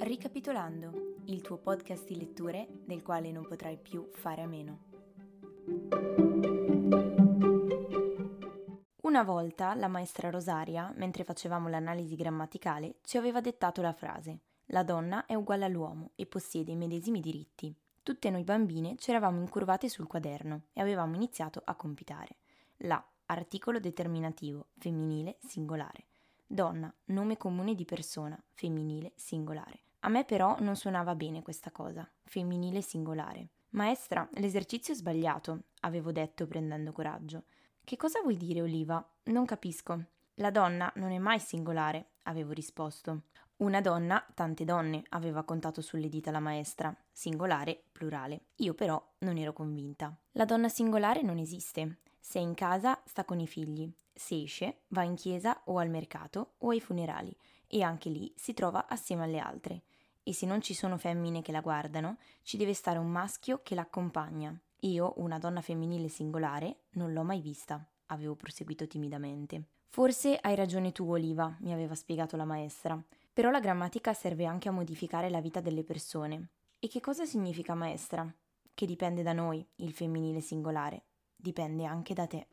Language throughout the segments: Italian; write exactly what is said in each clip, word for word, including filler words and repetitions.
Ricapitolando, il tuo podcast di letture del quale non potrai più fare a meno. Una volta la maestra Rosaria, mentre facevamo l'analisi grammaticale, ci aveva dettato la frase: la donna è uguale all'uomo e possiede i medesimi diritti. Tutte noi bambine ci eravamo incurvate sul quaderno e avevamo iniziato a compitare. La, articolo determinativo, femminile, singolare. Donna, nome comune di persona, femminile, singolare. A me però non suonava bene questa cosa, femminile, singolare. Maestra, l'esercizio è sbagliato, avevo detto prendendo coraggio. Che cosa vuoi dire, Oliva? Non capisco. La donna non è mai singolare, avevo risposto. Una donna, tante donne, aveva contato sulle dita la maestra. Singolare, plurale. Io però non ero convinta. La donna singolare non esiste. Se è in casa, sta con i figli. Se esce, va in chiesa o al mercato o ai funerali e anche lì si trova assieme alle altre. E se non ci sono femmine che la guardano, ci deve stare un maschio che l'accompagna. Io, una donna femminile singolare, non l'ho mai vista, avevo proseguito timidamente. Forse hai ragione tu, Oliva, mi aveva spiegato la maestra. Però la grammatica serve anche a modificare la vita delle persone. E che cosa significa, maestra? Che dipende da noi, il femminile singolare. Dipende anche da te.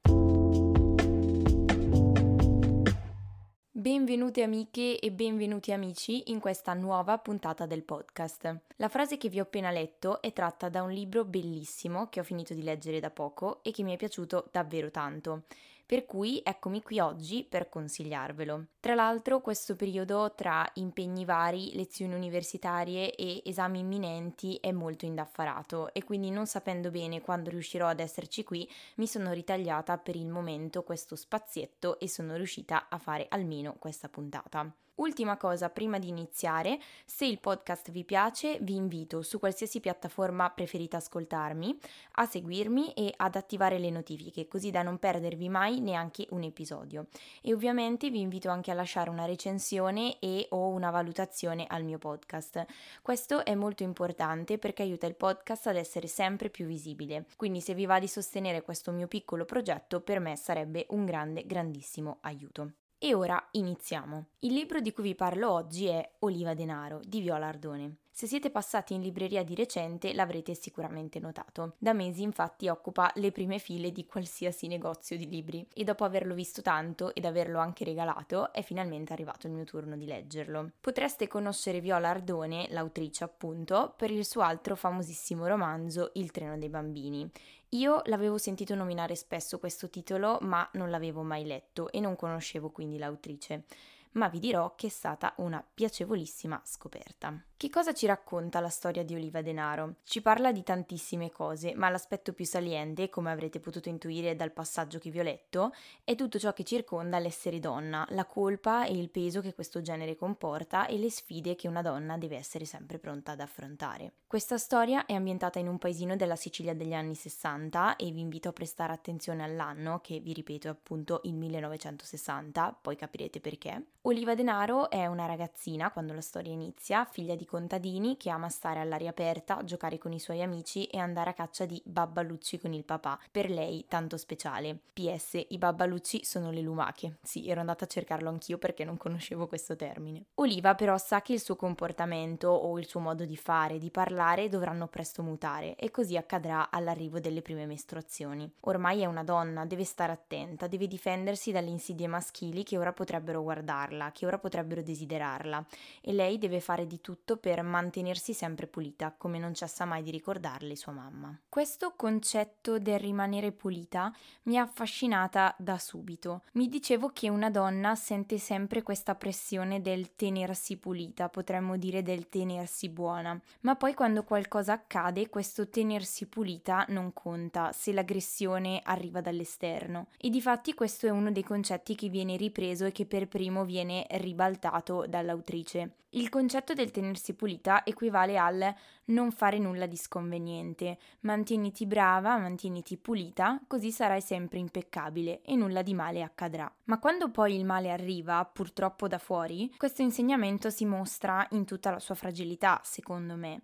Benvenute amiche e benvenuti amici in questa nuova puntata del podcast. La frase che vi ho appena letto è tratta da un libro bellissimo che ho finito di leggere da poco e che mi è piaciuto davvero tanto. Per cui eccomi qui oggi per consigliarvelo. Tra l'altro questo periodo tra impegni vari, lezioni universitarie e esami imminenti è molto indaffarato e quindi non sapendo bene quando riuscirò ad esserci qui mi sono ritagliata per il momento questo spazietto e sono riuscita a fare almeno questa puntata. Ultima cosa prima di iniziare, se il podcast vi piace vi invito su qualsiasi piattaforma preferite ascoltarmi a seguirmi e ad attivare le notifiche così da non perdervi mai neanche un episodio e ovviamente vi invito anche a lasciare una recensione e o una valutazione al mio podcast. Questo è molto importante perché aiuta il podcast ad essere sempre più visibile, quindi se vi va di sostenere questo mio piccolo progetto per me sarebbe un grande grandissimo aiuto. E ora iniziamo. Il libro di cui vi parlo oggi è Oliva Denaro di Viola Ardone. Se siete passati in libreria di recente l'avrete sicuramente notato. Da mesi infatti occupa le prime file di qualsiasi negozio di libri e dopo averlo visto tanto ed averlo anche regalato è finalmente arrivato il mio turno di leggerlo. Potreste conoscere Viola Ardone, l'autrice appunto, per il suo altro famosissimo romanzo Il treno dei bambini. Io l'avevo sentito nominare spesso questo titolo, ma non l'avevo mai letto e non conoscevo quindi l'autrice. Ma vi dirò che è stata una piacevolissima scoperta. Che cosa ci racconta la storia di Oliva Denaro? Ci parla di tantissime cose, ma l'aspetto più saliente, come avrete potuto intuire dal passaggio che vi ho letto, è tutto ciò che circonda l'essere donna, la colpa e il peso che questo genere comporta e le sfide che una donna deve essere sempre pronta ad affrontare. Questa storia è ambientata in un paesino della Sicilia degli anni sessanta e vi invito a prestare attenzione all'anno, che vi ripeto è appunto il millenovecentosessanta, poi capirete perché. Oliva Denaro è una ragazzina, quando la storia inizia, figlia di contadini che ama stare all'aria aperta, giocare con i suoi amici e andare a caccia di babbalucci con il papà, per lei tanto speciale. P S I babbalucci sono le lumache. Sì, ero andata a cercarlo anch'io perché non conoscevo questo termine. Oliva però sa che il suo comportamento o il suo modo di fare, di parlare dovranno presto mutare e così accadrà all'arrivo delle prime mestruazioni. Ormai è una donna, deve stare attenta, deve difendersi dalle insidie maschili che ora potrebbero guardarla, che ora potrebbero desiderarla e lei deve fare di tutto per mantenersi sempre pulita, come non cessa mai di ricordarle sua mamma. Questo concetto del rimanere pulita mi ha affascinata da subito. Mi dicevo che una donna sente sempre questa pressione del tenersi pulita, potremmo dire del tenersi buona, ma poi quando qualcosa accade questo tenersi pulita non conta se l'aggressione arriva dall'esterno e difatti questo è uno dei concetti che viene ripreso e che per primo viene ribaltato dall'autrice. Il concetto del tenersi pulita equivale al non fare nulla di sconveniente, mantieniti brava, mantieniti pulita, così sarai sempre impeccabile e nulla di male accadrà. Ma quando poi il male arriva, purtroppo da fuori, questo insegnamento si mostra in tutta la sua fragilità, secondo me.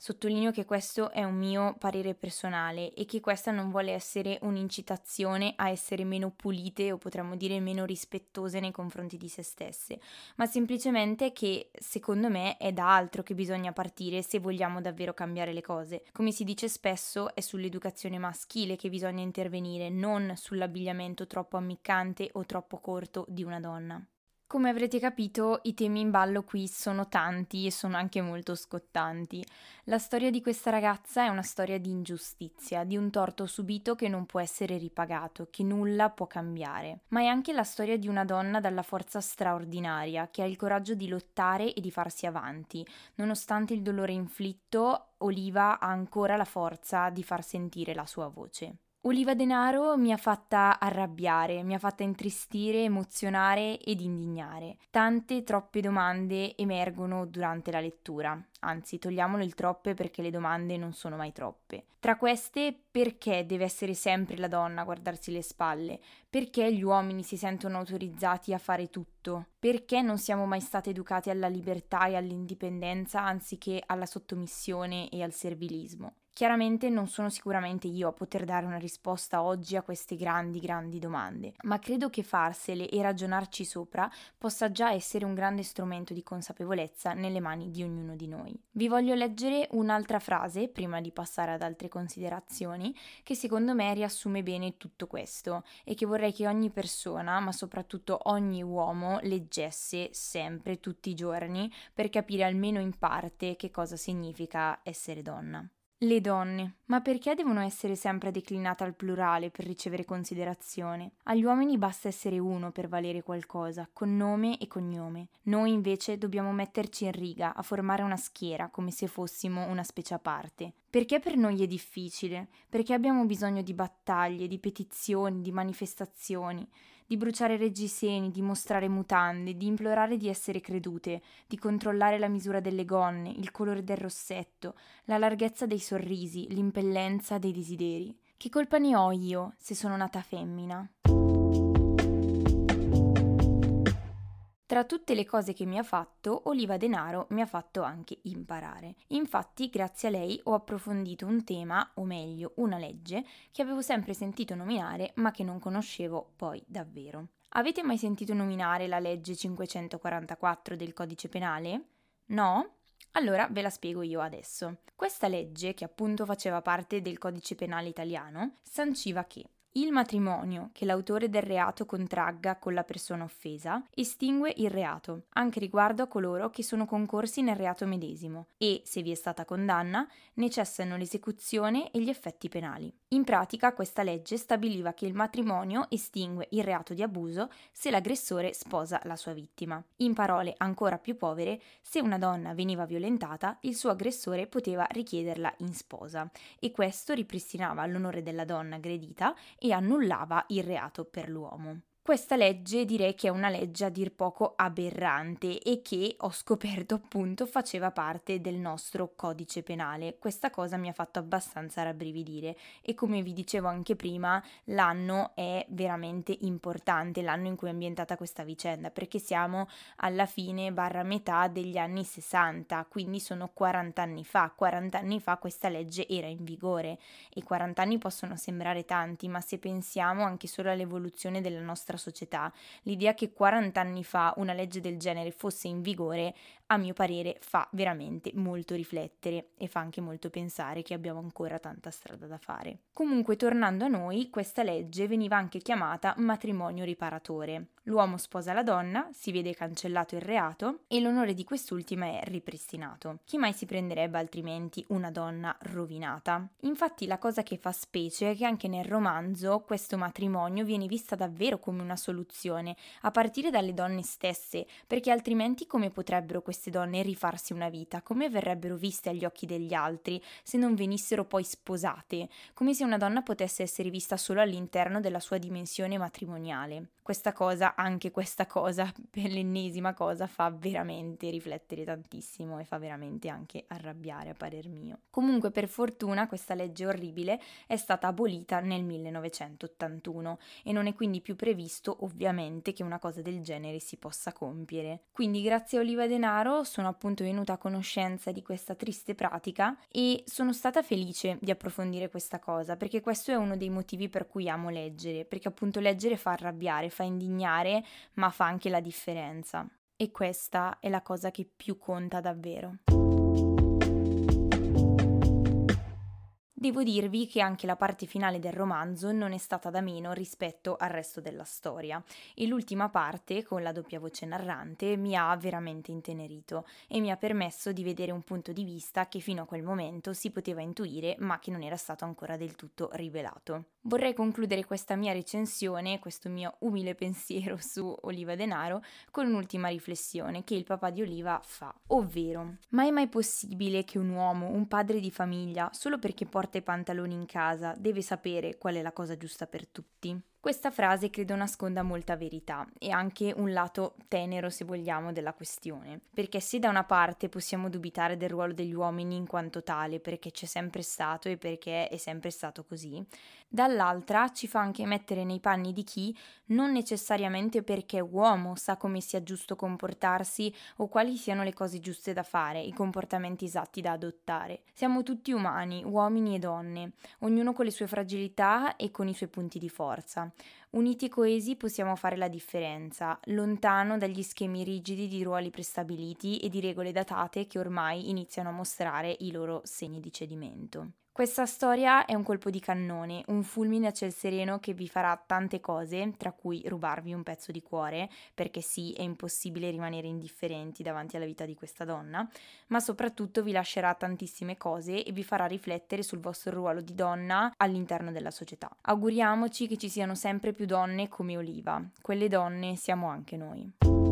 Sottolineo che questo è un mio parere personale e che questa non vuole essere un'incitazione a essere meno pulite o potremmo dire meno rispettose nei confronti di se stesse, ma semplicemente che secondo me è da altro che bisogna partire se vogliamo davvero cambiare le cose. Come si dice spesso, è sull'educazione maschile che bisogna intervenire, non sull'abbigliamento troppo ammiccante o troppo corto di una donna. Come avrete capito, i temi in ballo qui sono tanti e sono anche molto scottanti. La storia di questa ragazza è una storia di ingiustizia, di un torto subito che non può essere ripagato, che nulla può cambiare. Ma è anche la storia di una donna dalla forza straordinaria, che ha il coraggio di lottare e di farsi avanti. Nonostante il dolore inflitto, Oliva ha ancora la forza di far sentire la sua voce. Oliva Denaro mi ha fatta arrabbiare, mi ha fatta intristire, emozionare ed indignare. Tante, troppe domande emergono durante la lettura. Anzi, togliamolo il troppe perché le domande non sono mai troppe. Tra queste, perché deve essere sempre la donna a guardarsi le spalle? Perché gli uomini si sentono autorizzati a fare tutto? Perché non siamo mai state educate alla libertà e all'indipendenza anziché alla sottomissione e al servilismo? Chiaramente non sono sicuramente io a poter dare una risposta oggi a queste grandi, grandi domande, ma credo che farsele e ragionarci sopra possa già essere un grande strumento di consapevolezza nelle mani di ognuno di noi. Vi voglio leggere un'altra frase, prima di passare ad altre considerazioni, che secondo me riassume bene tutto questo e che vorrei che ogni persona, ma soprattutto ogni uomo, leggesse sempre, tutti i giorni, per capire almeno in parte che cosa significa essere donna. Le donne, ma perché devono essere sempre declinate al plurale per ricevere considerazione? Agli uomini basta essere uno per valere qualcosa, con nome e cognome. Noi invece dobbiamo metterci in riga, a formare una schiera, come se fossimo una specie a parte. Perché per noi è difficile? Perché abbiamo bisogno di battaglie, di petizioni, di manifestazioni, di bruciare reggiseni, di mostrare mutande, di implorare di essere credute, di controllare la misura delle gonne, il colore del rossetto, la larghezza dei sorrisi, l'impellenza dei desideri. Che colpa ne ho io se sono nata femmina? Tra tutte le cose che mi ha fatto, Oliva Denaro mi ha fatto anche imparare. Infatti, grazie a lei ho approfondito un tema, o meglio, una legge, che avevo sempre sentito nominare ma che non conoscevo poi davvero. Avete mai sentito nominare la legge cinquecentoquarantaquattro del Codice Penale? No? Allora ve la spiego io adesso. Questa legge, che appunto faceva parte del Codice Penale italiano, sanciva che il matrimonio che l'autore del reato contragga con la persona offesa estingue il reato, anche riguardo a coloro che sono concorsi nel reato medesimo e, se vi è stata condanna, ne cessano l'esecuzione e gli effetti penali. In pratica, questa legge stabiliva che il matrimonio estingue il reato di abuso se l'aggressore sposa la sua vittima. In parole ancora più povere, se una donna veniva violentata, il suo aggressore poteva richiederla in sposa e questo ripristinava l'onore della donna aggredita e annullava il reato per l'uomo. Questa legge direi che è una legge a dir poco aberrante e che ho scoperto appunto faceva parte del nostro codice penale. Questa cosa mi ha fatto abbastanza rabbrividire e come vi dicevo anche prima l'anno è veramente importante, l'anno in cui è ambientata questa vicenda perché siamo alla fine barra metà degli anni sessanta, quindi sono quaranta anni fa. quaranta anni fa questa legge era in vigore e quaranta anni possono sembrare tanti, ma se pensiamo anche solo all'evoluzione della nostra società, l'idea che quaranta anni fa una legge del genere fosse in vigore, a mio parere, fa veramente molto riflettere e fa anche molto pensare che abbiamo ancora tanta strada da fare. Comunque, tornando a noi, questa legge veniva anche chiamata matrimonio riparatore. L'uomo sposa la donna, si vede cancellato il reato e l'onore di quest'ultima è ripristinato. Chi mai si prenderebbe altrimenti una donna rovinata? Infatti la cosa che fa specie è che anche nel romanzo questo matrimonio viene vista davvero come una soluzione, a partire dalle donne stesse, perché altrimenti come potrebbero queste donne rifarsi una vita? Come verrebbero viste agli occhi degli altri se non venissero poi sposate? Come se una donna potesse essere vista solo all'interno della sua dimensione matrimoniale. Questa cosa, anche questa cosa, per l'ennesima cosa, fa veramente riflettere tantissimo e fa veramente anche arrabbiare a parer mio. Comunque, per fortuna, questa legge orribile è stata abolita nel millenovecentottantuno e non è quindi più previsto, ovviamente, che una cosa del genere si possa compiere. Quindi, grazie a Oliva Denaro, denaro sono appunto venuta a conoscenza di questa triste pratica e sono stata felice di approfondire questa cosa, perché questo è uno dei motivi per cui amo leggere, perché appunto leggere fa arrabbiare, fa indignare, ma fa anche la differenza. E questa è la cosa che più conta davvero. Devo dirvi che anche la parte finale del romanzo non è stata da meno rispetto al resto della storia e l'ultima parte, con la doppia voce narrante, mi ha veramente intenerito e mi ha permesso di vedere un punto di vista che fino a quel momento si poteva intuire ma che non era stato ancora del tutto rivelato. Vorrei concludere questa mia recensione, questo mio umile pensiero su Oliva Denaro, con un'ultima riflessione che il papà di Oliva fa, ovvero: ma è mai possibile che un uomo, un padre di famiglia, solo perché porta i pantaloni in casa, deve sapere qual è la cosa giusta per tutti? Questa frase credo nasconda molta verità e anche un lato tenero, se vogliamo, della questione, perché se da una parte possiamo dubitare del ruolo degli uomini in quanto tale, perché c'è sempre stato e perché è sempre stato così, dall'altra ci fa anche mettere nei panni di chi, non necessariamente perché è uomo, sa come sia giusto comportarsi o quali siano le cose giuste da fare, i comportamenti esatti da adottare. Siamo tutti umani, uomini e donne, ognuno con le sue fragilità e con i suoi punti di forza. Uniti e coesi possiamo fare la differenza, lontano dagli schemi rigidi di ruoli prestabiliti e di regole datate che ormai iniziano a mostrare i loro segni di cedimento. Questa storia è un colpo di cannone, un fulmine a ciel sereno che vi farà tante cose, tra cui rubarvi un pezzo di cuore, perché sì, è impossibile rimanere indifferenti davanti alla vita di questa donna, ma soprattutto vi lascerà tantissime cose e vi farà riflettere sul vostro ruolo di donna all'interno della società. Auguriamoci che ci siano sempre più donne come Oliva. Quelle donne siamo anche noi.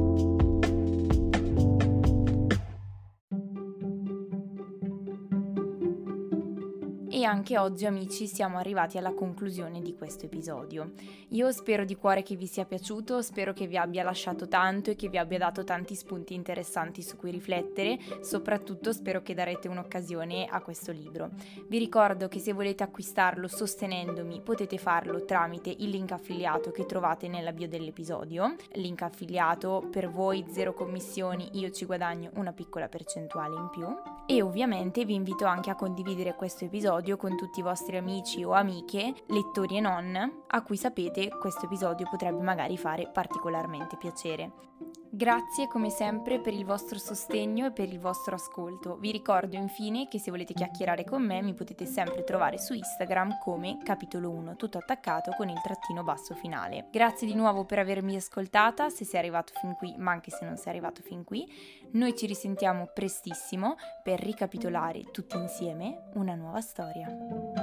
E anche oggi, amici, siamo arrivati alla conclusione di questo episodio. Io spero di cuore che vi sia piaciuto, spero che vi abbia lasciato tanto e che vi abbia dato tanti spunti interessanti su cui riflettere, soprattutto spero che darete un'occasione a questo libro. Vi ricordo che se volete acquistarlo sostenendomi potete farlo tramite il link affiliato che trovate nella bio dell'episodio, link affiliato per voi, zero commissioni, io ci guadagno una piccola percentuale in più. E ovviamente vi invito anche a condividere questo episodio con tutti i vostri amici o amiche, lettori e non, a cui sapete questo episodio potrebbe magari fare particolarmente piacere. Grazie come sempre per il vostro sostegno e per il vostro ascolto. Vi ricordo infine che se volete chiacchierare con me mi potete sempre trovare su Instagram come capitolo uno, tutto attaccato con il trattino basso finale. Grazie di nuovo per avermi ascoltata, se sei arrivato fin qui, ma anche se non sei arrivato fin qui. Noi ci risentiamo prestissimo per ricapitolare tutti insieme una nuova storia.